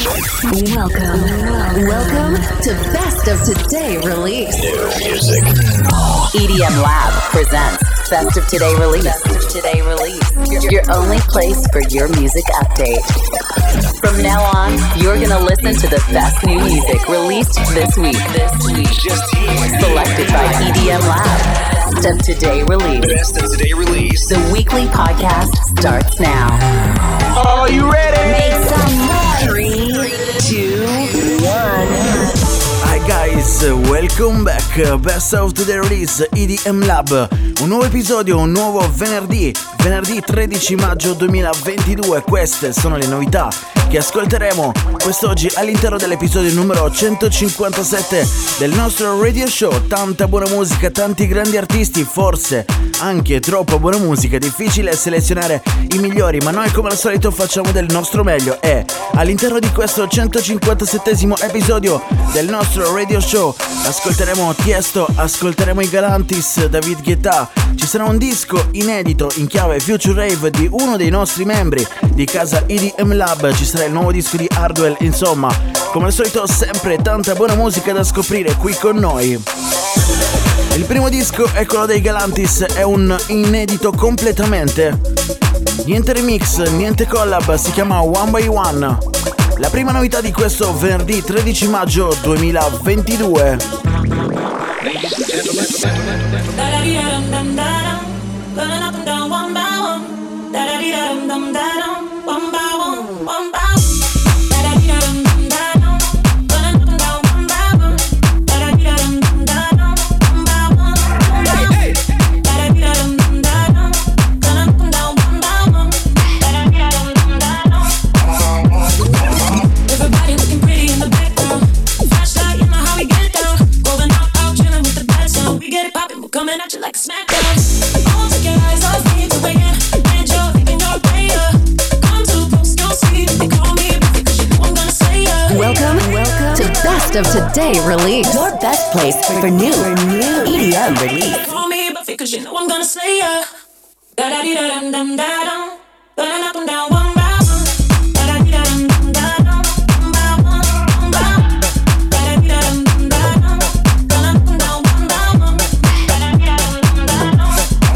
Welcome to Best of Today Release. New music. EDM Lab presents Best of Today Release. Best of Today Release. Your only place for your music update. From now on, you're gonna listen to the best new music released this week. Selected by EDM Lab. Best of Today Release. Best of Today Release. The weekly podcast starts now. Are you ready? Make some noise. 3, 2, 1. Hi guys, welcome back. Best of Today Release, EDM Lab. Un nuovo episodio, un nuovo venerdì 13 maggio 2022. Queste sono le novità che ascolteremo quest'oggi all'interno dell'episodio numero 157 del nostro radio show. Tanta buona musica, tanti grandi artisti, forse anche troppa buona musica, difficile selezionare i migliori, ma noi come al solito facciamo del nostro meglio e all'interno di questo 157esimo episodio del nostro radio show ascolteremo Tiesto, ascolteremo i Galantis, David Guetta, ci sarà un disco inedito in chiave Future Rave di uno dei nostri membri di casa EDM Lab, ci sarà il nuovo disco di Hardwell, insomma come al solito sempre tanta buona musica da scoprire qui con noi. Il primo disco è quello dei Galantis, è un inedito completamente, niente remix, niente collab, si chiama One by One. La prima novità di questo venerdì 13 maggio 2022. Coming at you like a smackdown. All take your eyes off me to wake and you're thinking you're a player. Come too close, you'll see. They call me a bitch because you know I'm gonna say ya. Welcome to Best of Today Release. Your best place for new EDM release. Call me a buffet because you know I'm gonna slay ya. Da da dee da dum dum da dum. Burning up and down one by one. Da da dee da dum dum da dum. One by one by one. Da da dee da dum dum da dum. Burning up and down one by one. Da da dee da dum dum da dum.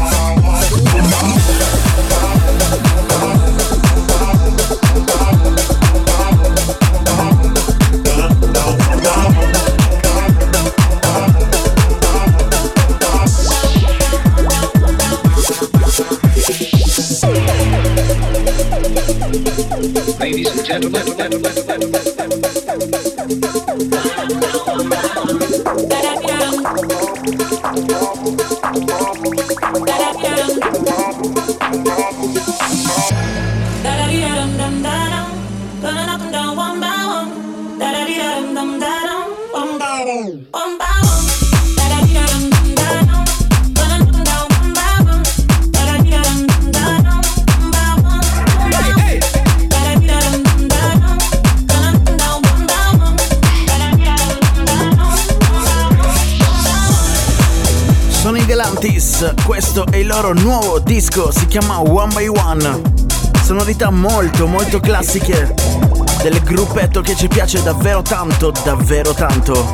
Ladies and gentlemen. Sono i Galantis, questo è il loro nuovo disco, si chiama One by One. Sonorità molto molto classiche del gruppetto che ci piace davvero tanto, davvero tanto.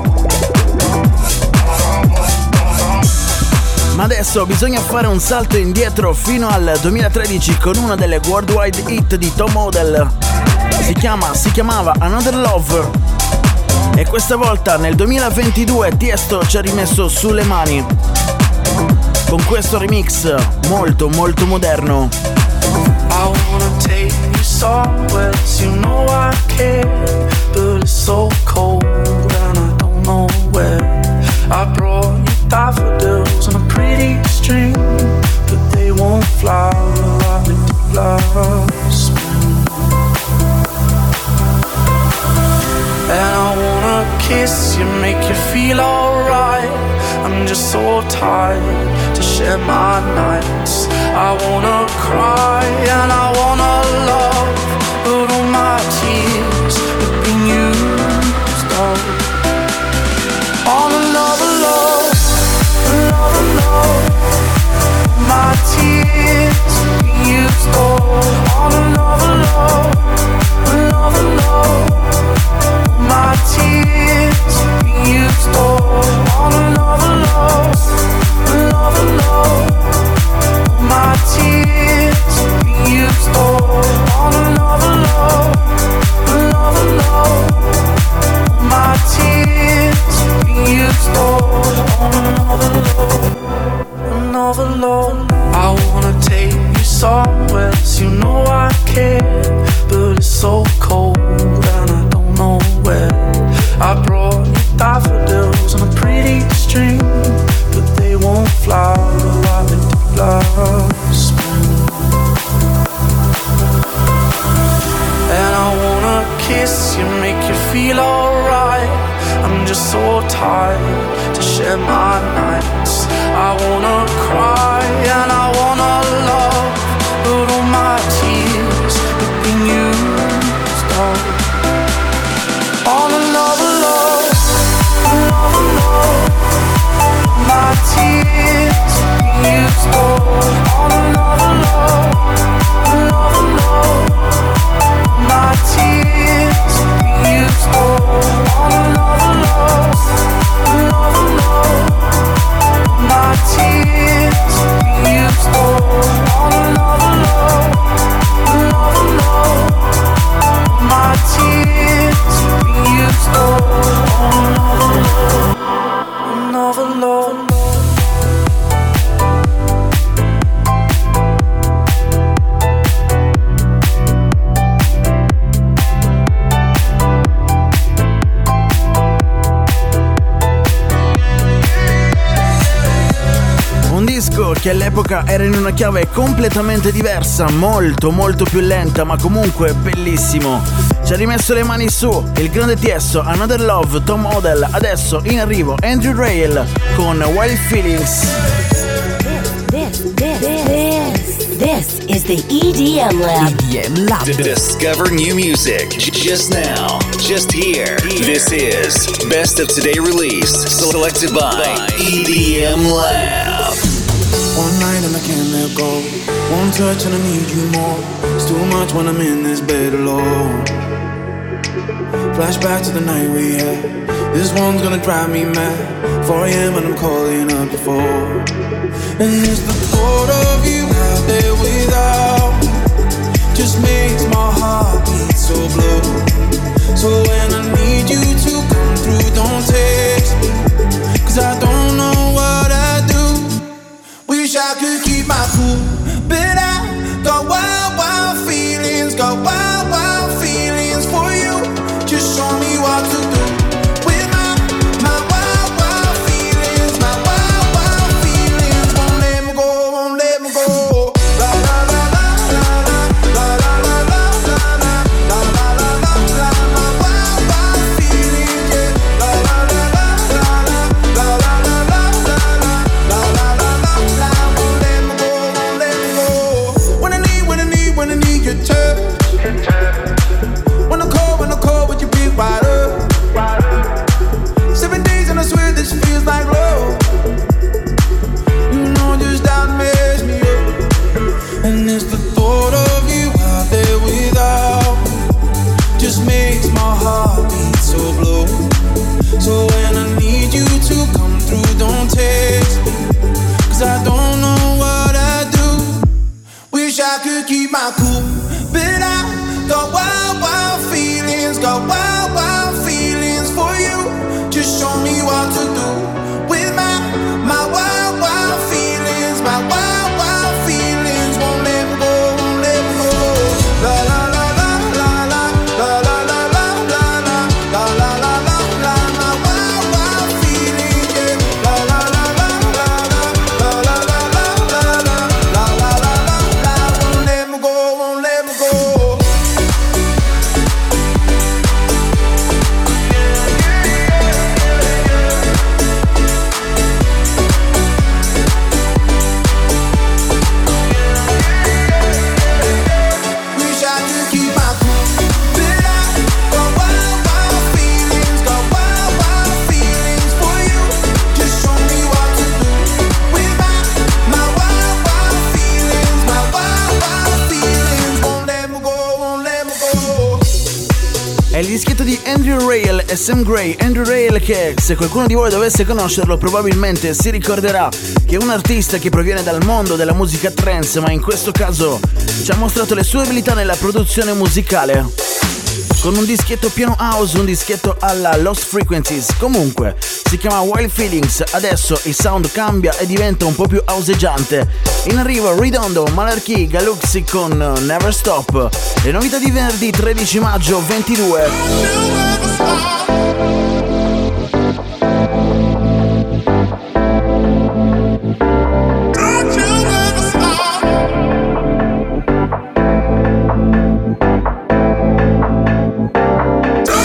Ma adesso bisogna fare un salto indietro fino al 2013 con una delle worldwide hit di Tom Odell. Si chiamava Another Love. E questa volta nel 2022 Tiesto ci ha rimesso sulle mani con questo remix molto molto moderno. I wanna take you somewhere, you know I care, but it's so cold and I don't know where. I brought you daffodils on a pretty string, but they won't fly like they did last spring. And I wanna kiss you, make you feel alright. I'm just so tired to share my nights. I wanna cry and I wanna love, but all my tears have been used up on another love, another love. My tears have been used up on another love, another love. you, make you feel alright. I'm just so tired to share my nights. I wanna cry and I wanna love, but all my tears have been used up on another love, another love. My tears have been used up on another love, another love. My tears have been used up on another love, another love. My tears have been used up on another love, another love. My tears have been used up on another love. Un disco che all'epoca era in una chiave completamente diversa, molto molto più lenta, ma comunque bellissimo. Ci ha rimesso le mani su il grande Tiesto, Another Love, Tom Odell. Adesso in arrivo Andrew Rayel con Wild Feelings. This is the EDM Lab. EDM Lab. Discover new music just now, just here. This is Best of Today Release, selected by EDM Lab. One night and I can't let go. One touch and I need you more. It's too much when I'm in this bed alone. Flashback to the night we had. This one's gonna drive me mad. 4 AM and I'm calling up before. And it's the thought of you out there without me just makes my heart beat so blue. So when I need you to come through, don't text me, 'cause I don't know what I do. Wish I could keep my cool, but I got wild, wild feelings, got wild, wild feelings for you. Just show me what to do with my wild, wild feelings, my wild, wild feelings. Won't let me go, won't let me go. La la la la la la la la la la la la la la la la. My wild, wild feelings, yeah. La la la la la la la la la la la la la la la. Won't let me go, won't let me go. When I need your touch. When I call, would you pick right up? 7 days and I swear this feels like love. You know just how to mess me up. And it's the thought of you out there without me just makes my heart beat so blue. So when I need you to come through, don't text me, 'cause I don't know what I do. Wish I could keep my cool, but I got wild, wild feelings, got wild, wild feelings for you. Just show me what to do with my wild, wild feelings, my wild, wild feelings. Won't let me go, won't let me go. La la la la la la la la la la la la la la la la. My wild, wild feelings, yeah. La la la la la la la la la la la la la la la. Won't let me go, won't let me go. Wish I could keep my cool, but I got wild, wild feelings, got wild, wild feelings for you. Just show me what to do with my wild, wild feelings, my wild, wild feelings. Won't let me go, won't let me go. È il dischetto di Andrew Rayel e Sam Gray. Andrew Rayel, che se qualcuno di voi dovesse conoscerlo probabilmente si ricorderà che è un artista che proviene dal mondo della musica trance, ma in questo caso ci ha mostrato le sue abilità nella produzione musicale con un dischetto piano house, un dischetto alla Lost Frequencies. Comunque si chiama Wild Feelings. Adesso il sound cambia e diventa un po' più houseggiante. In arrivo Redondo, Malarkey, Galuxi con Never Stop. Le novità di venerdì 13 maggio 22. Don't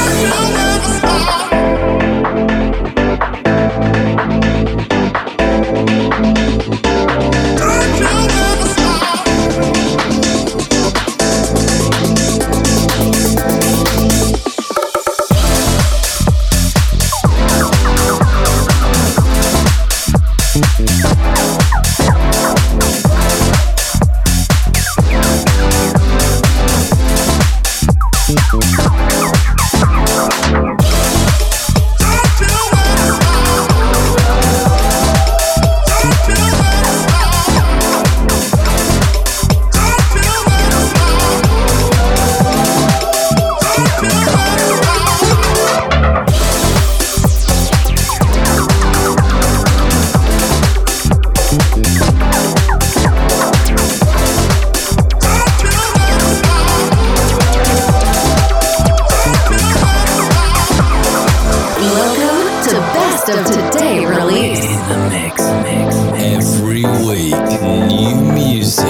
of today release. In the mix. Every week, new music.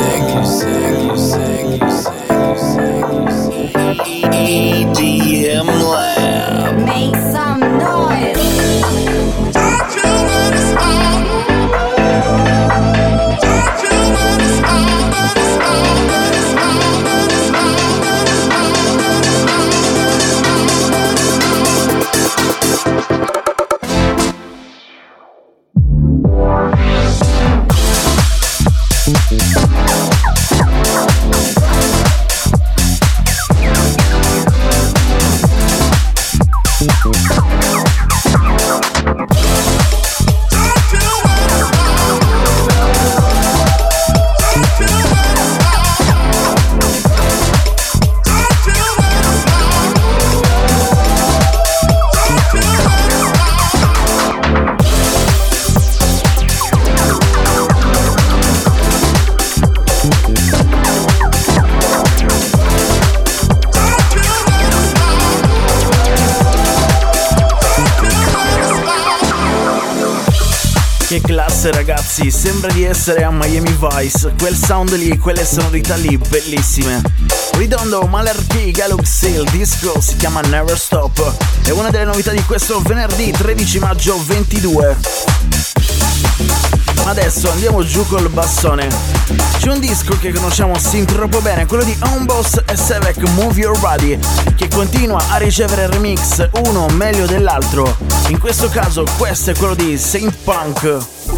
EDM Lab. Make some noise. Che classe ragazzi, sembra di essere a Miami Vice, quel sound lì, quelle sonorità lì, bellissime. Ridondo, Malarkey, Galaxy, il disco si chiama Never Stop, è una delle novità di questo venerdì 13 maggio 22. Ma adesso andiamo giù col bassone. C'è un disco che conosciamo sin troppo bene, quello di Homeboss e Sevek, Move Your Body, che continua a ricevere remix, uno meglio dell'altro. In questo caso questo è quello di Saint Punk.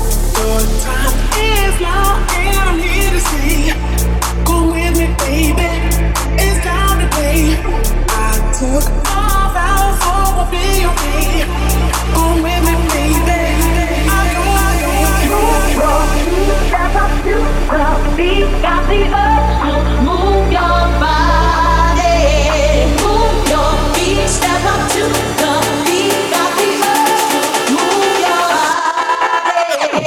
Got the urge to move your body, move your feet, step up to the beat. Got the urge to move your body.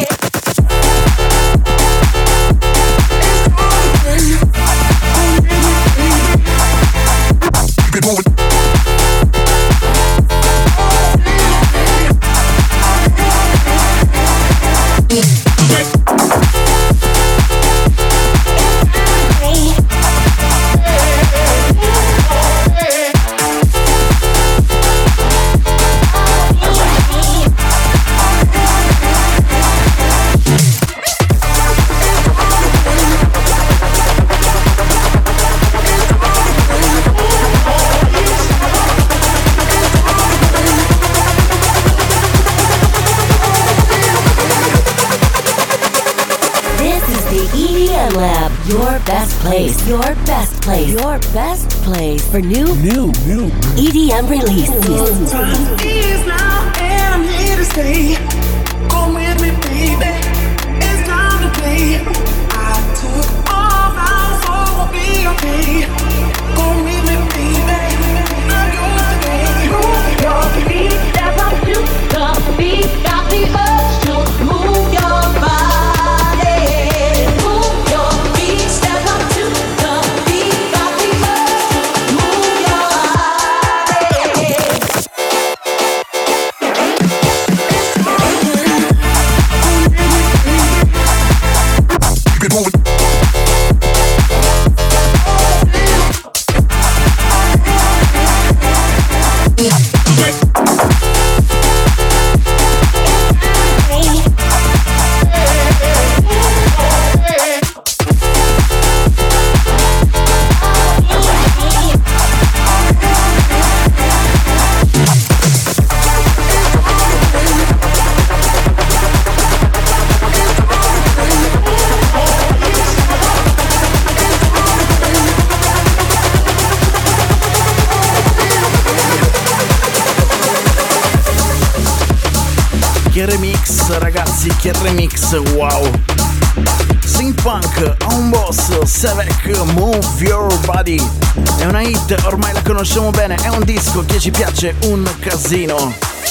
Your best place, your best place, your best place for new EDM releases. Now and I'm here to stay. Come with me, baby. It's time to play. I took off, so we'll be okay. Come with me, baby. I'm yours today. Move your feet, step up to the beat. Got the urge to move your body. Move your feet, step up to the beat. Got the urge to move your body. Che remix ragazzi, che remix, wow. Saint Punk, Homeboss, Sevek, Move Your Body. È una hit, ormai la conosciamo bene, è un disco che ci piace un casino.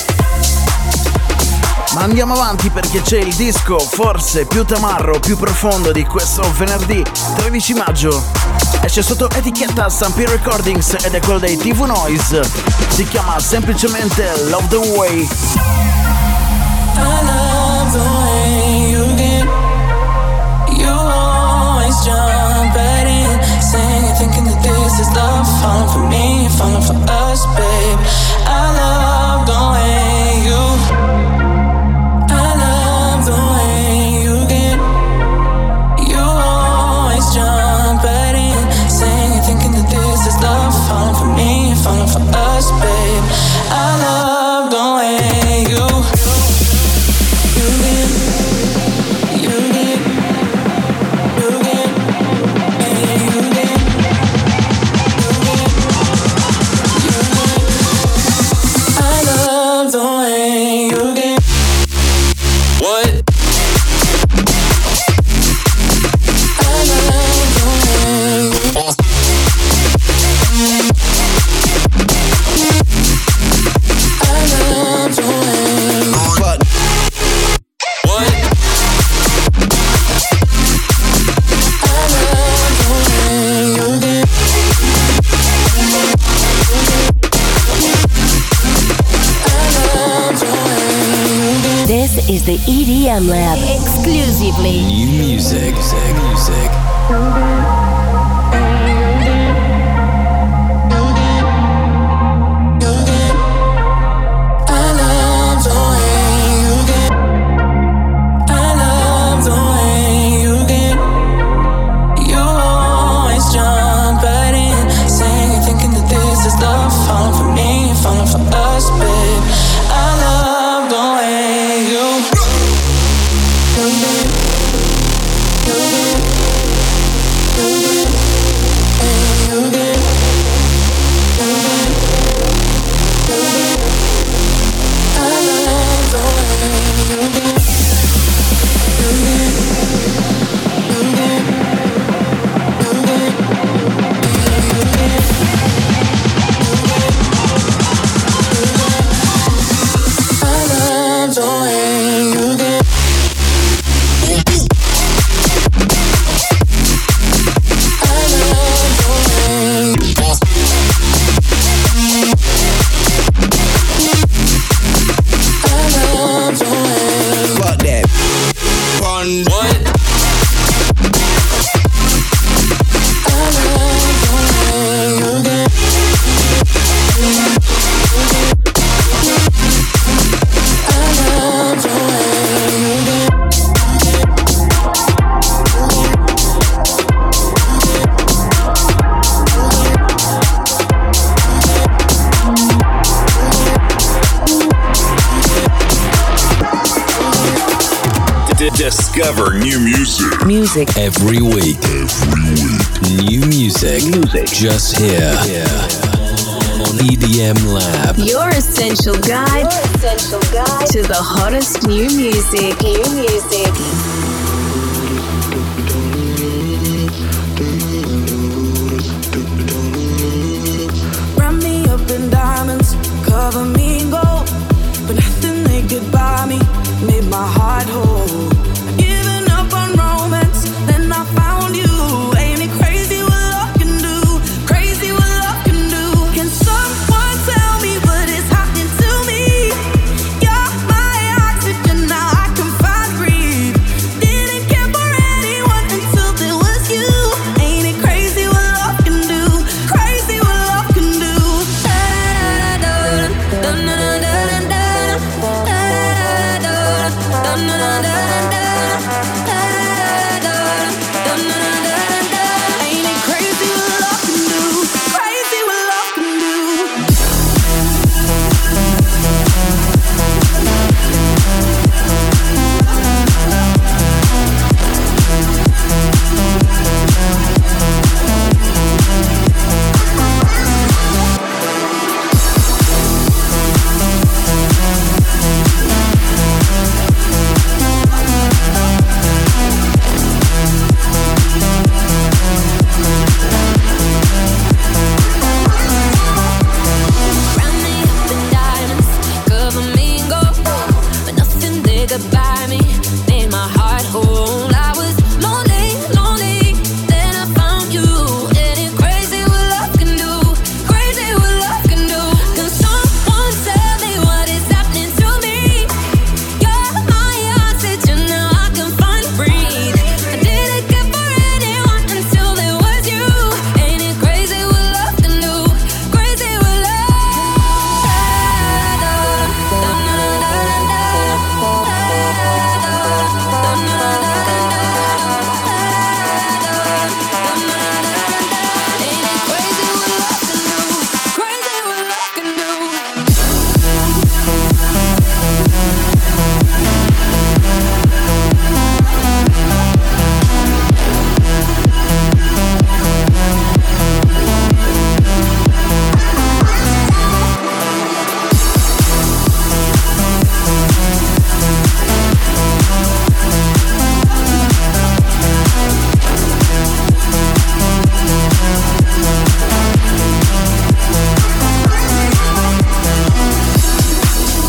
Ma andiamo avanti perché c'è il disco forse più tamarro, più profondo di questo venerdì 13 maggio. Esce sotto etichetta Sampi Recordings ed è quello dei TV Noise. Si chiama semplicemente Love the Way. love falling for me, falling for us, babe. I love the way you. I love the way you get. You always jump right in, saying you're thinking that this is love falling for me, falling for us, babe. I love the way you. You get. You get. You get. Hey, you get. You get. I love the way you get. What? I love the way you get. I love the way you get. What? I love the way you get. This is the EDM Lab exclusively. New music. I love the way you get. I love the way you get. You always jump right in, saying you're thinking that this is love falling for me, falling for us, babe. I love the way you. You get. You get. You get. Hey, you get. You get. You get. I love the way you get. You get. You get. You get. You get. I love the way you get. I love the way you get. I love the way. Fuck that. Run. What? I love the way you get. I love the way you get. Discover new music. Every week. New music. Just here. On EDM Lab. Your essential guide to the hottest new music. Wrap me up in diamonds, cover me in gold, but nothing they could buy me made my heart whole. Giving up on romance, then I found you. Ain't it crazy what love can do? Crazy what love can do. Can someone tell me what is happening to me? You're my oxygen, now I can find breathe. Didn't care for anyone until there was you. Ain't it crazy what love can do? Crazy what love can do. Da da da da da da da da da da da da.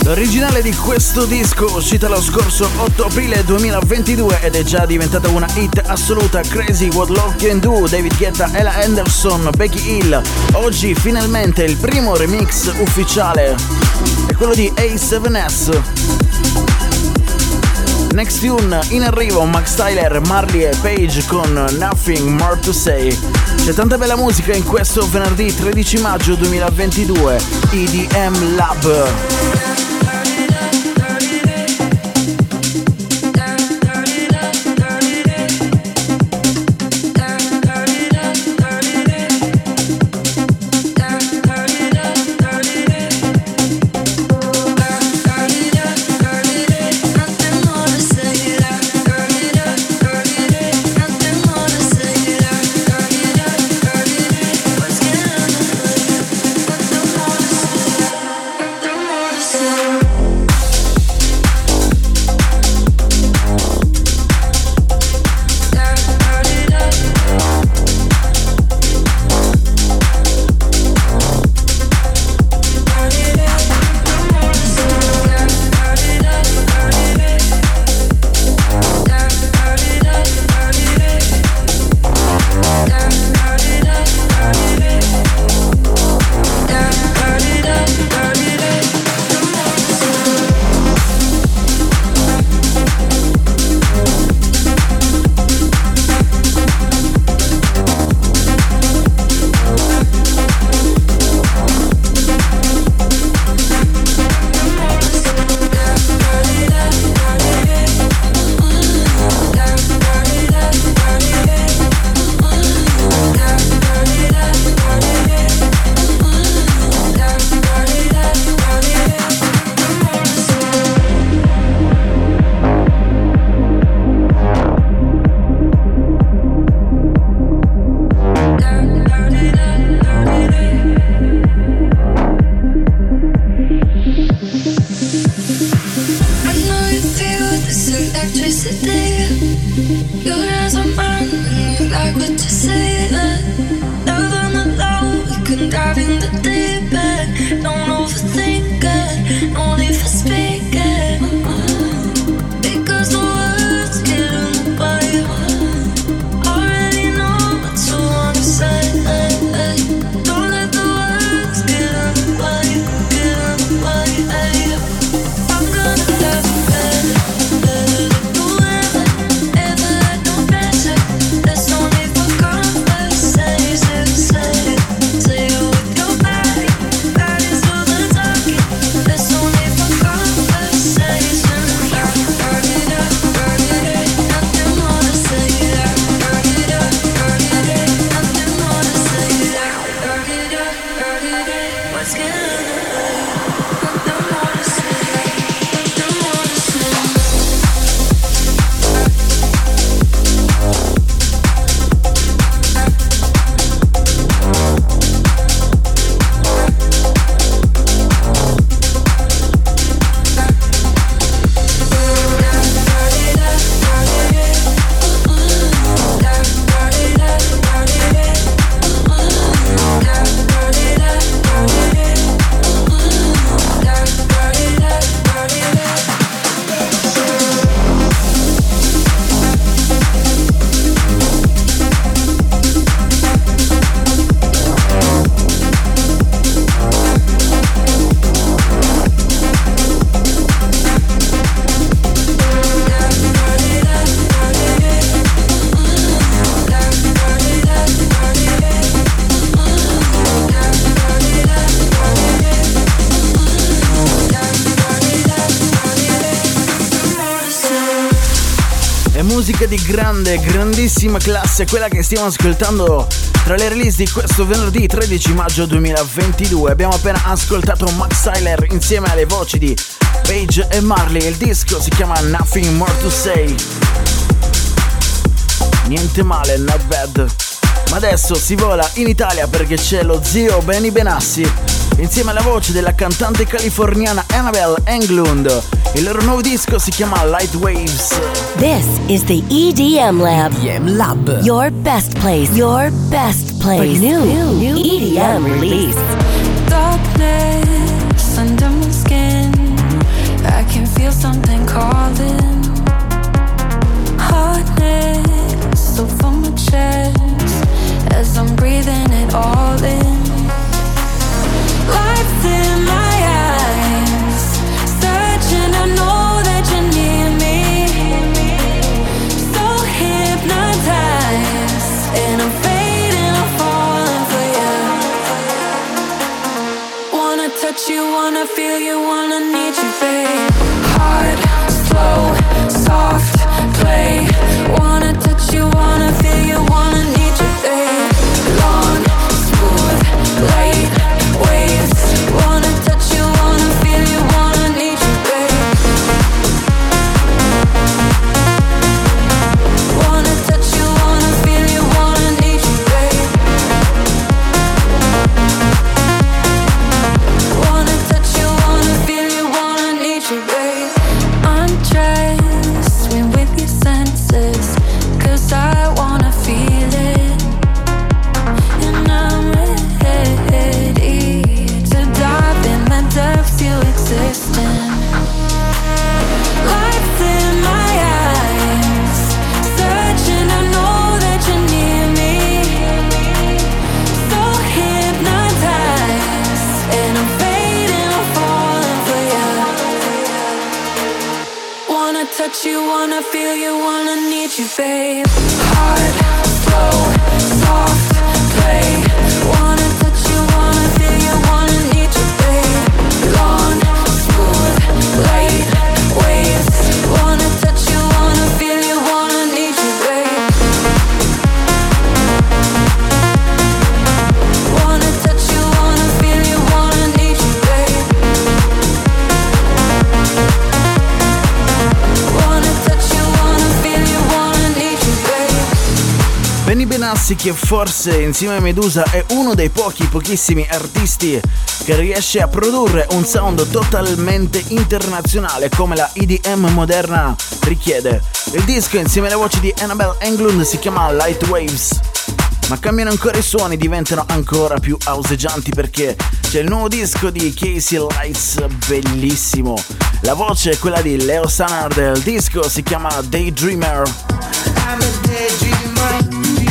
L'originale di questo disco uscita lo scorso 8 aprile 2022 ed è già diventata una hit assoluta. Crazy What Love Can Do, David Guetta, Ella Anderson, Becky Hill. Oggi finalmente il primo remix ufficiale è quello di A7S. Next tune in arrivo, Max Tyler, Marley e Page con Nothing More To Say. C'è tanta bella musica in questo venerdì 13 maggio 2022, EDM Lab. Musica di grandissima classe, quella che stiamo ascoltando tra le release di questo venerdì 13 maggio 2022. Abbiamo appena ascoltato Max Tyler insieme alle voci di Page e Marley. Il disco si chiama Nothing More To Say. Niente male, not bad. Ma adesso si vola in Italia perché c'è lo zio Benny Benassi insieme alla voce della cantante californiana Annabelle Englund. Il loro nuovo disco si chiama Light Waves. This is the EDM Lab. EDM Lab. Your best place. Your best place. For new EDM release. Darkness under my skin. touch you, wanna feel you, wanna need you, babe. Hard, slow, soft, play. Wanna touch you, wanna feel you, wanna need you, babe. Long, smooth, light, waves. Wanna touch you, wanna feel you, wanna need you, babe. Wanna touch you, wanna feel you, wanna need you, babe. Wanna touch you, wanna feel you, wanna need you, babe. Undress, swim with your senses, 'cause I wanna feel it. And I'm ready to dive in the depths you exist in. Lights in my eyes, searching, I know that you're near me. So hypnotized, and I'm fading, I'm falling for you. Wanna touch you, wanna feel you, wanna need you, babe. Hard, slow, soft, play. Wanna touch you, wanna feel you, wanna need you, babe. Long, smooth, light, waves. Wanna touch you, wanna feel you, wanna need you, babe. Wanna touch you, wanna feel you, wanna need you, babe. Wanna touch you, wanna feel you, wanna need you, babe. Benny Benassi, che forse insieme a Medusa è uno dei pochissimi artisti che riesce a produrre un sound totalmente internazionale come la EDM moderna richiede. Il disco insieme alle voci di Annabelle Englund si chiama Light Waves, ma cambiano ancora i suoni, diventano ancora più houseggianti perché c'è il nuovo disco di Casey Lights, bellissimo. La voce è quella di Leo Sanard, il disco si chiama Daydreamer. I'm a daydreamer.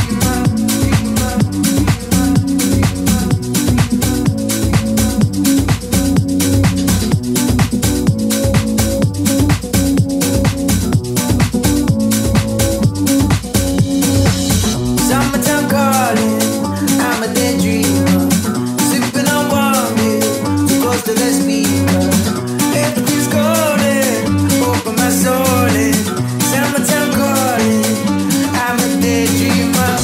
Summertime calling, I'm a daydreamer. Sipping on warm beer, too close to the speaker. Everything's golden, open my soul in. Summertime calling, I'm a daydreamer.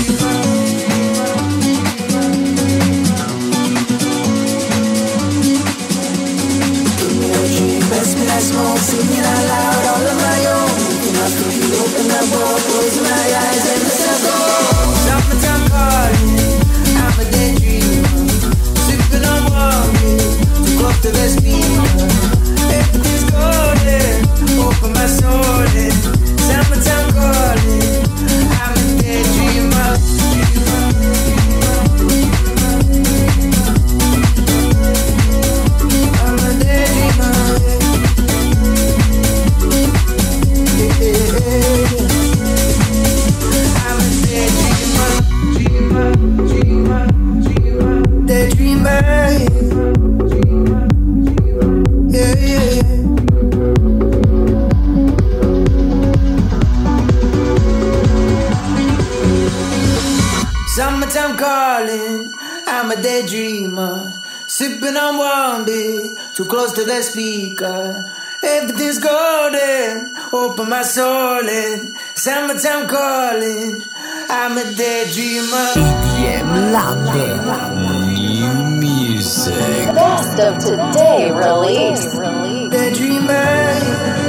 Give me a dream, best me like smoke, singing out loud, all of my own. Open up, open up, close my eyes and let it go. Summertime calling, I'm a daydreamer. Sipping on warm beer, too close to the speaker. Everything's golden, open my soul in. Summertime calling, I'm a daydreamer. I'm a daydreamer. Yeah, yeah, yeah. I'm a daydreamer. Daydreamer. Yeah, yeah, yeah. Summertime calling, I'm a daydreamer. Sipping on warm beer, too close to the speaker. Everything's golden, open my soul in. Summertime calling, I'm a daydreamer. EDM Lab. New music. Best of today release. Daydreamer.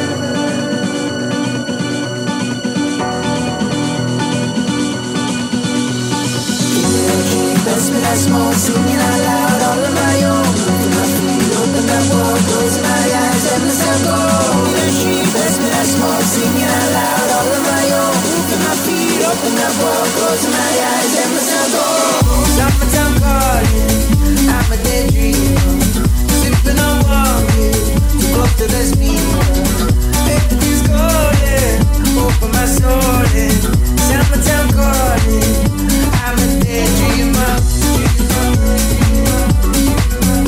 Best me like smoke, singing out loud, all of my own. Open my feet, open that wall, close my eyes, and let it go. Best me like smoke, singing out loud, all of my own. Open my feet, open that wall, close my eyes, and let it go. Summertime calling, I'm a daydreamer. Sipping on warm beer, too close to the speaker. Everything's golden, open my soul in. Summertime calling, I'm a daydreamer.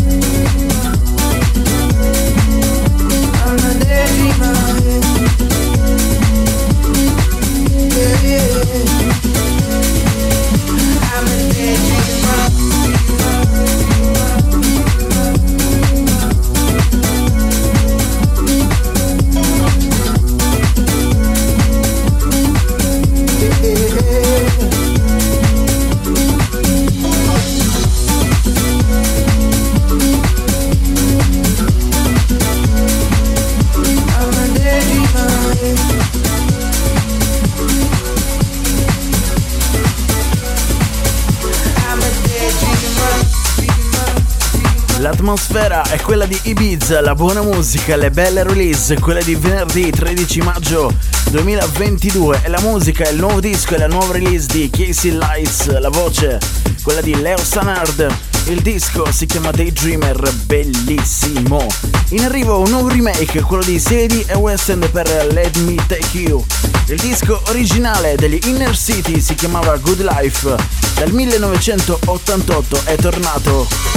L'atmosfera è quella di Ibiza, la buona musica, le belle release, quella di venerdì 13 maggio 2022, e la musica, il nuovo disco e la nuova release di Casey Lights, la voce, quella di Leo Sanard. Il disco si chiama Daydreamer, bellissimo. In arrivo un nuovo remake, quello di Sadie e West End per Let Me Take You. Il disco originale degli Inner City si chiamava Good Life, dal 1988 è tornato.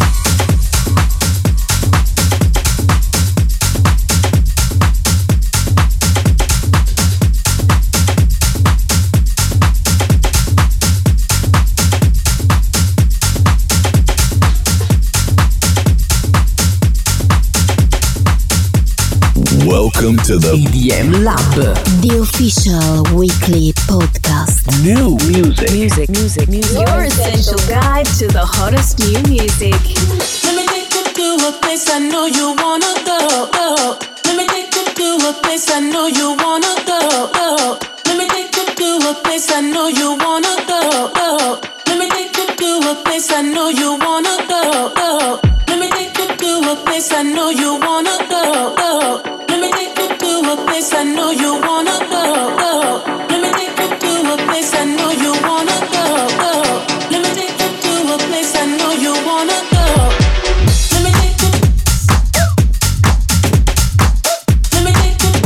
Welcome to the EDM Lab, the official weekly podcast. New music. Your essential guide to the hottest new music. Let me take you to a place I know you wanna go. Let me take you to a place I know you wanna go. Let me take you to a place I know you wanna go. Let me take you to a place I know you wanna go. Let me take you to a place I know you wanna go. Let me take you to a place I know you wanna go. Let me take you to a place I know you wanna go. Let me take you to a place I know you wanna go. Let me take you. Let me take you.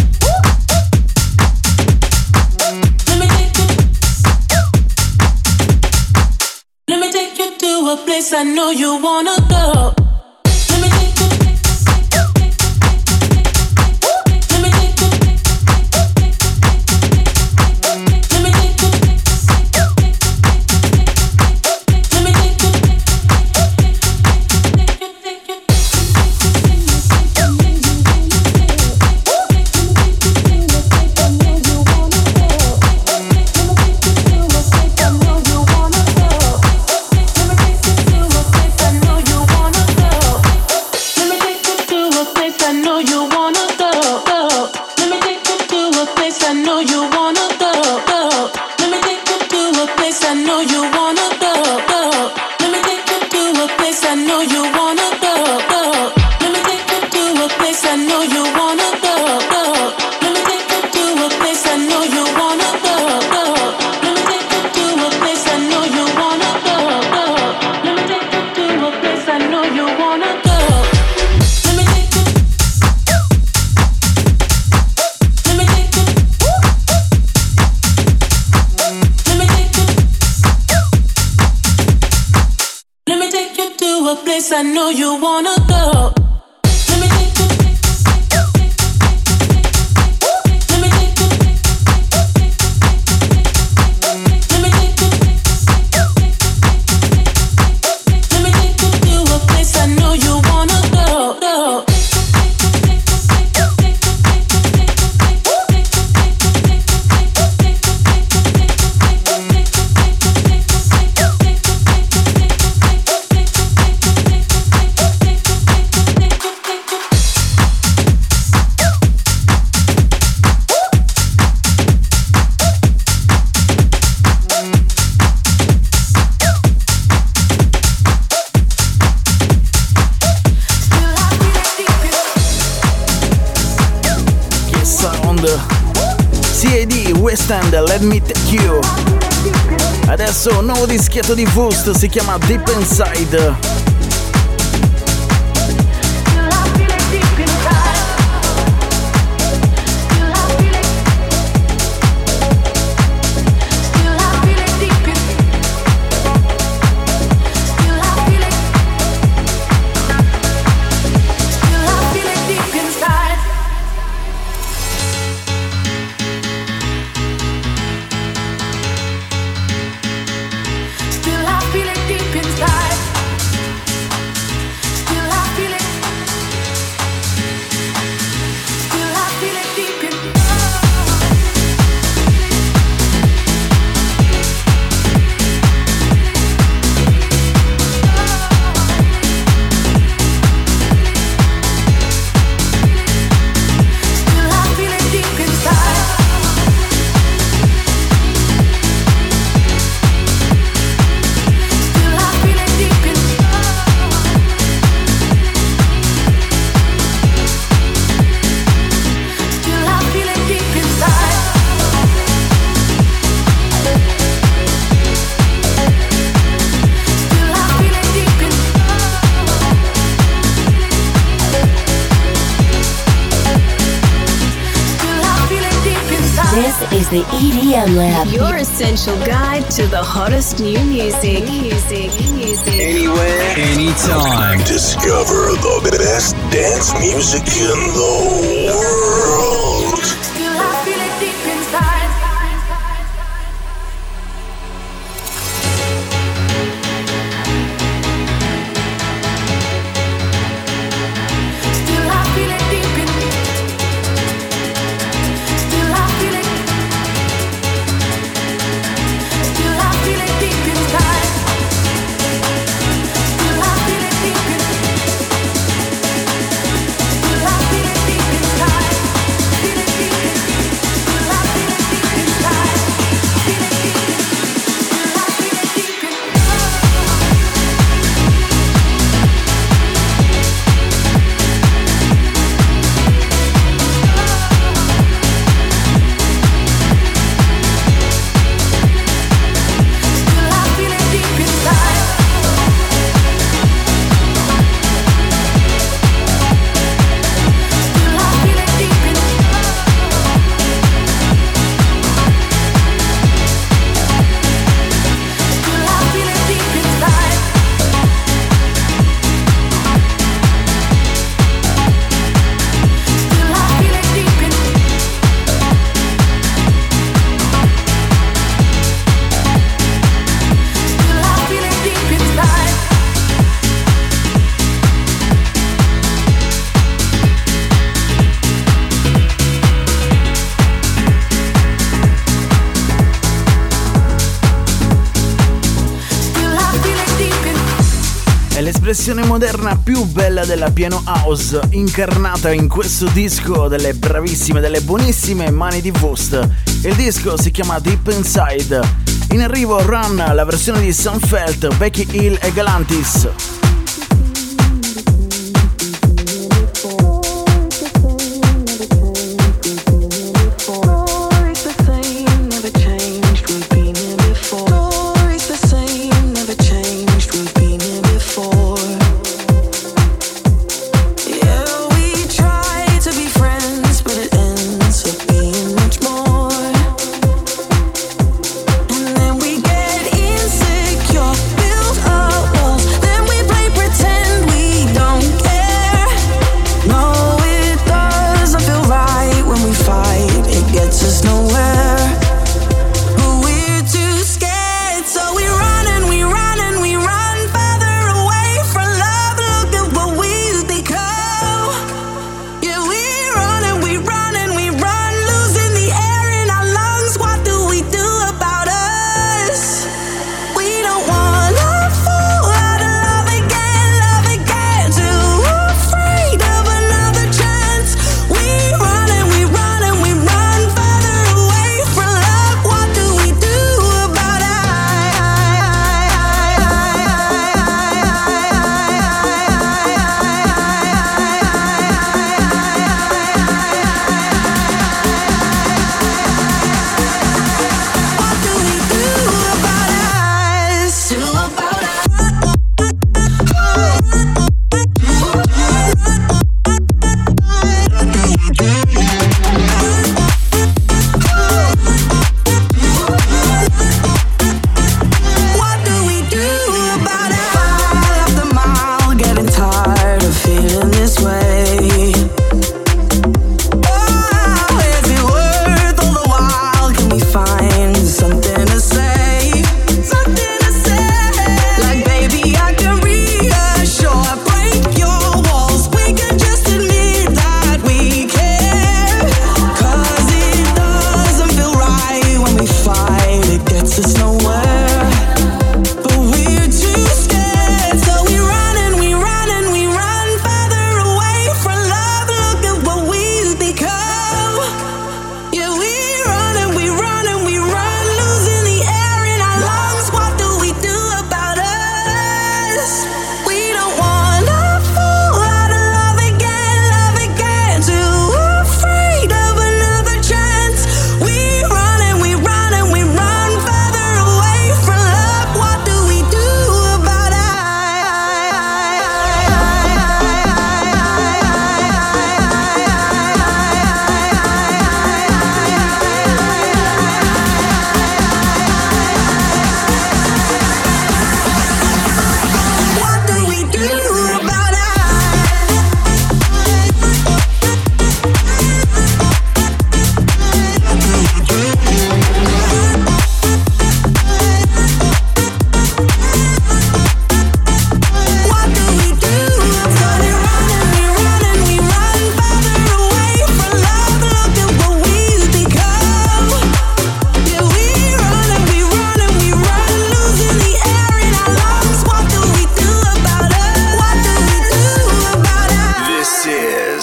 Let me take you. Let me take you to a place I know you wanna go. I know you wanna go. Let me take you. Let me take you. Let me take you. Let me take you to a place I know you wanna go. West End, Let Me Take You. Adesso un nuovo dischietto di Voost, si chiama Deep Inside. the EDM Lab. Your essential guide to the hottest new music. Anywhere, anytime. Discover the best dance music in the world. Still I feel it deep inside. Still I feel it deep inside. Still I feel it. Still I feel it deep inside. Still I feel it deep inside. Still I feel it deep inside. Feel it deep inside. Still I feel it deep inside. Feel it deep inside. Still I feel it deep inside. Still I feel it deep inside. Still I feel it deep inside. Still I feel it deep inside. Still I feel it deep inside. Still I feel it deep inside. Still I feel it deep inside. È l'espressione moderna più bella della piano house, incarnata in questo disco delle bravissime, delle buonissime mani di Vost. Il disco si chiama Deep Inside. In arrivo Run, la versione di Sunfelt, Becky Hill e Galantis. Stories the same, never changed. We've been here before. Stories the same, never changed. We've been here before. Yeah, we try to be friends, but it ends up being much more. And then we get insecure, build our walls, then we play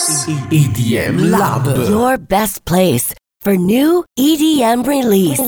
EDM Lab. Your best place for new EDM release.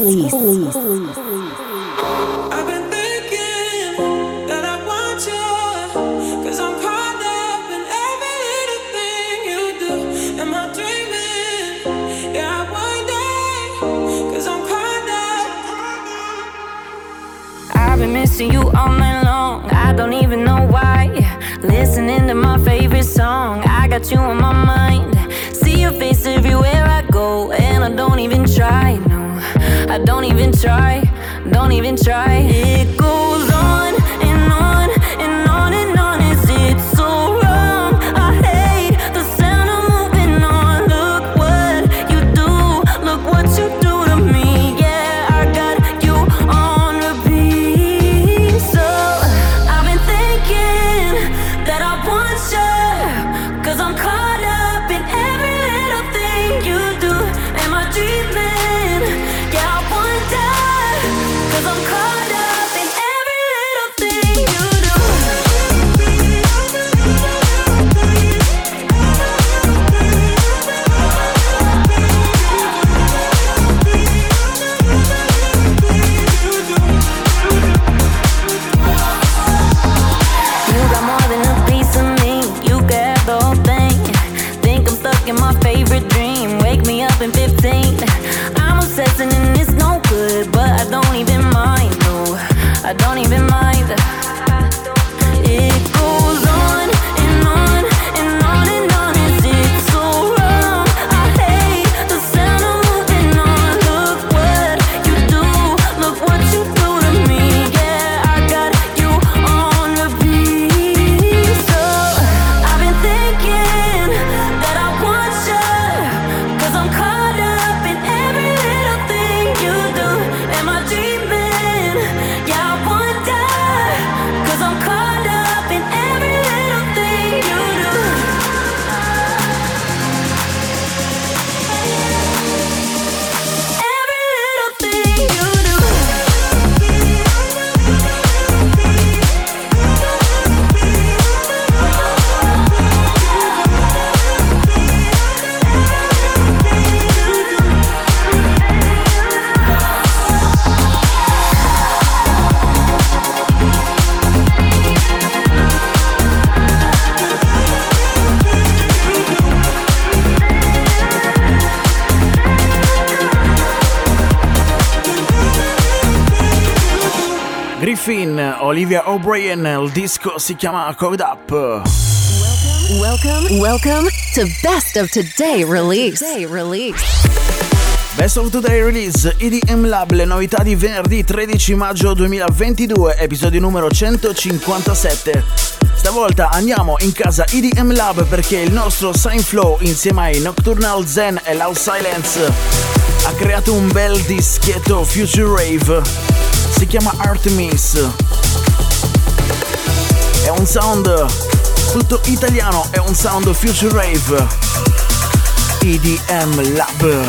I've been missing you all night long. I don't even know why. Listening to my favorite song, I got you on my mind. See your face everywhere I go, and I don't even try. No, I don't even try. Don't even try. It goes on and on and on and on. Is it so wrong? I hate the sound of moving on. Look what you do. Look what you do to me. Yeah, I got you on repeat. So I've been thinking that I want you, 'cause I'm caught up in every little thing you do. Am I dreaming? Yeah, I wonder, 'cause I'm caught up in every little thing you do. You got more than a piece of me. You got the whole thing. Think I'm stuck in my favorite dream. Wake me up in 15. I'm obsessing and it's no good, but I don't even mind. No, I don't even mind. It goes on and on and on and on. Is it so wrong? I hate the sound of moving on. Look what you do. Look what you do to me. Yeah, I got you on repeat. So I've been thinking that I want you, 'cause I'm caught up in every little thing you do. Am I dreaming? Yeah, I wonder, 'cause I'm caught up in every little thing you do. Every little thing you do. Griffin, Olivia O'Brien, il disco si chiama Code Up. Welcome to Best of Today Release. Best of Today Release, EDM Lab, le novità di venerdì 13 maggio 2022, episodio numero 157. Stavolta andiamo in casa EDM Lab perché il nostro Sign Flow insieme ai Nocturnal Zen e Loud Silence ha creato un bel dischetto Future Rave. Si chiama Artemis. È un sound tutto italiano, è un sound Future Rave. EDM Lab.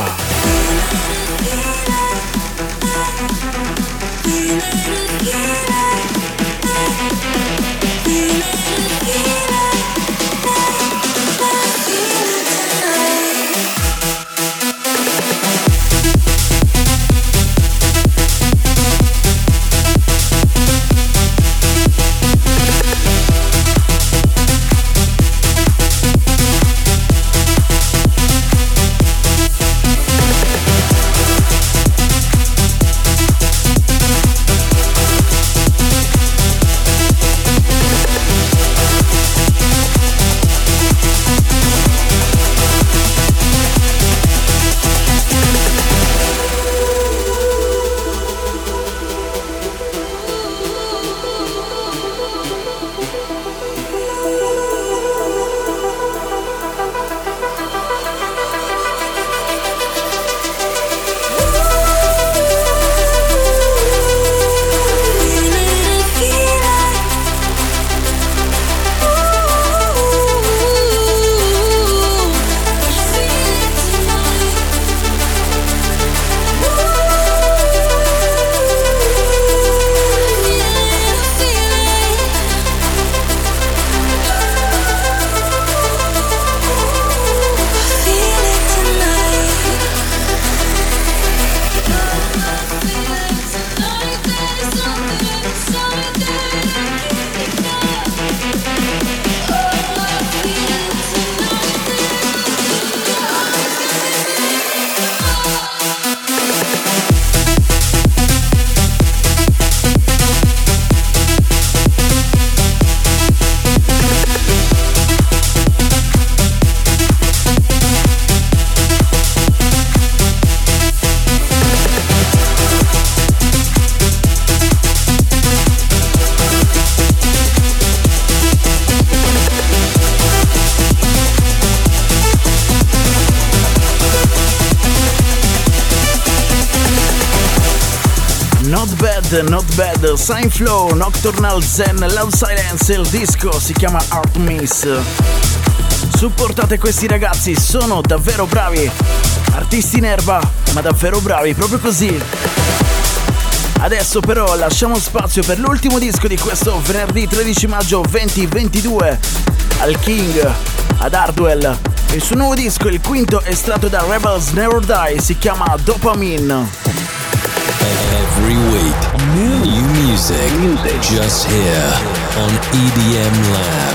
Night, Not Bad, Sign Flow, Nocturnal Zen, Loud Silence, il disco si chiama Art Miss. Supportate questi ragazzi, sono davvero bravi, artisti in erba, ma davvero bravi, proprio così. Adesso però lasciamo spazio per l'ultimo disco di questo venerdì 13 maggio 2022 al King, ad Hardwell. Il suo nuovo disco, il quinto estratto da Rebels Never Die, si chiama Dopamine. Every week, new music, just here on EDM Lab.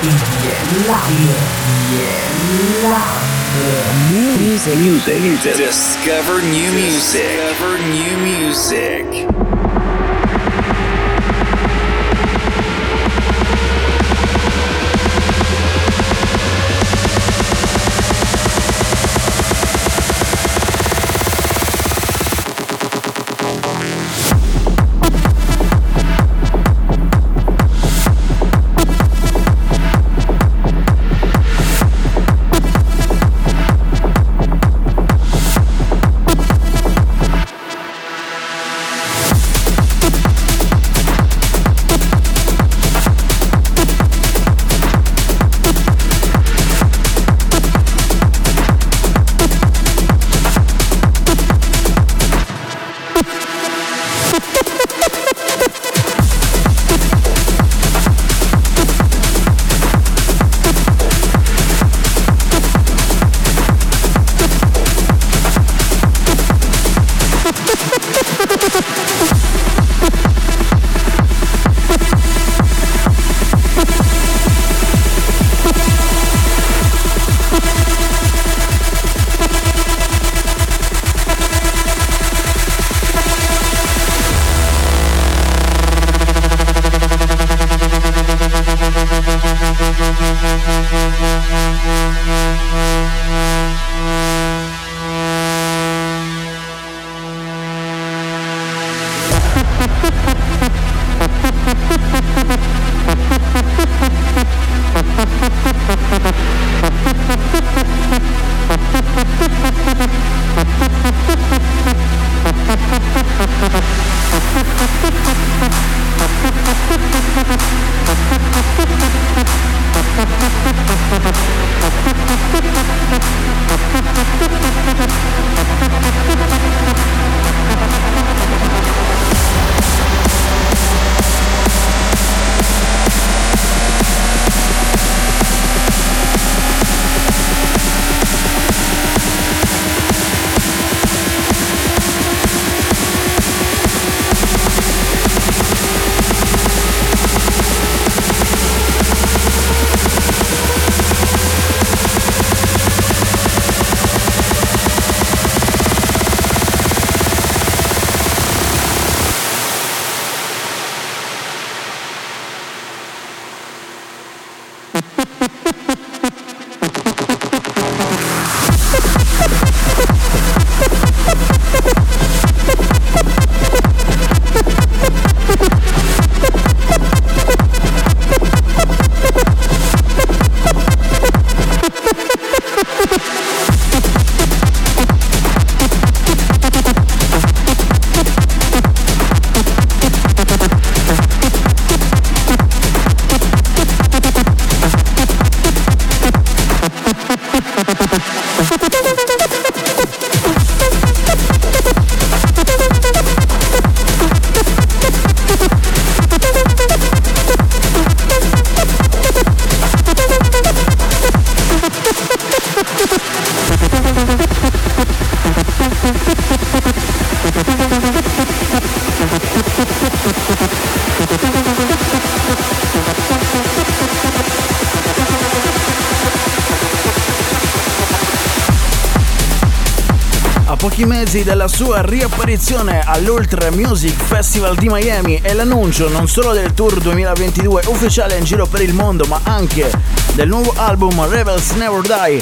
New music. Discover new music. Discover new music. Pochi mesi dalla sua riapparizione all'Ultra Music Festival di Miami e l'annuncio non solo del tour 2022 ufficiale in giro per il mondo, ma anche del nuovo album Rebels Never Die,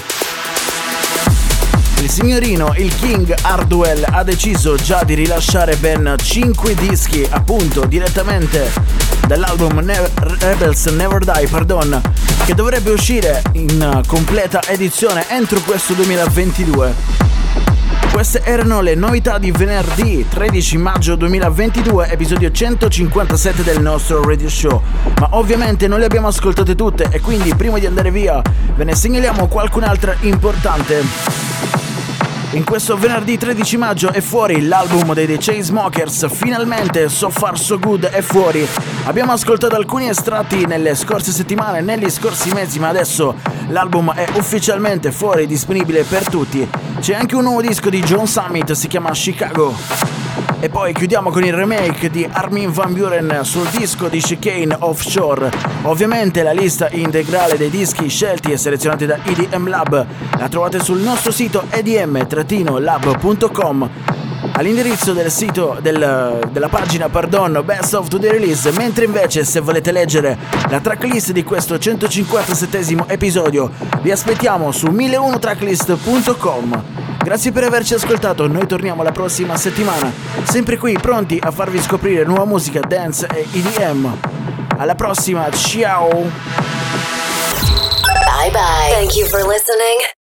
il signorino, il King Hardwell, ha deciso già di rilasciare ben 5 dischi, appunto direttamente dall'album Rebels Never Die, che dovrebbe uscire in completa edizione entro questo 2022. Queste erano le novità di venerdì 13 maggio 2022, episodio 157 del nostro radio show. Ma ovviamente non le abbiamo ascoltate tutte e quindi prima di andare via ve ne segnaliamo qualcun'altra importante. In questo venerdì 13 maggio è fuori l'album dei The Chainsmokers, finalmente So Far So Good è fuori. Abbiamo ascoltato alcuni estratti nelle scorse settimane, negli scorsi mesi, ma adesso l'album è ufficialmente fuori, disponibile per tutti. C'è anche un nuovo disco di John Summit, si chiama Chicago. E poi chiudiamo con il remake di Armin van Buuren sul disco di Chicane Offshore. Ovviamente la lista integrale dei dischi scelti e selezionati da EDM Lab la trovate sul nostro sito edm-lab.com all'indirizzo del sito della pagina Best of Today Release, mentre invece se volete leggere la tracklist di questo 157esimo episodio vi aspettiamo su 1001tracklist.com. Grazie per averci ascoltato, noi torniamo la prossima settimana, sempre qui pronti a farvi scoprire nuova musica dance e EDM. Alla prossima, ciao! Bye bye. Thank you for listening.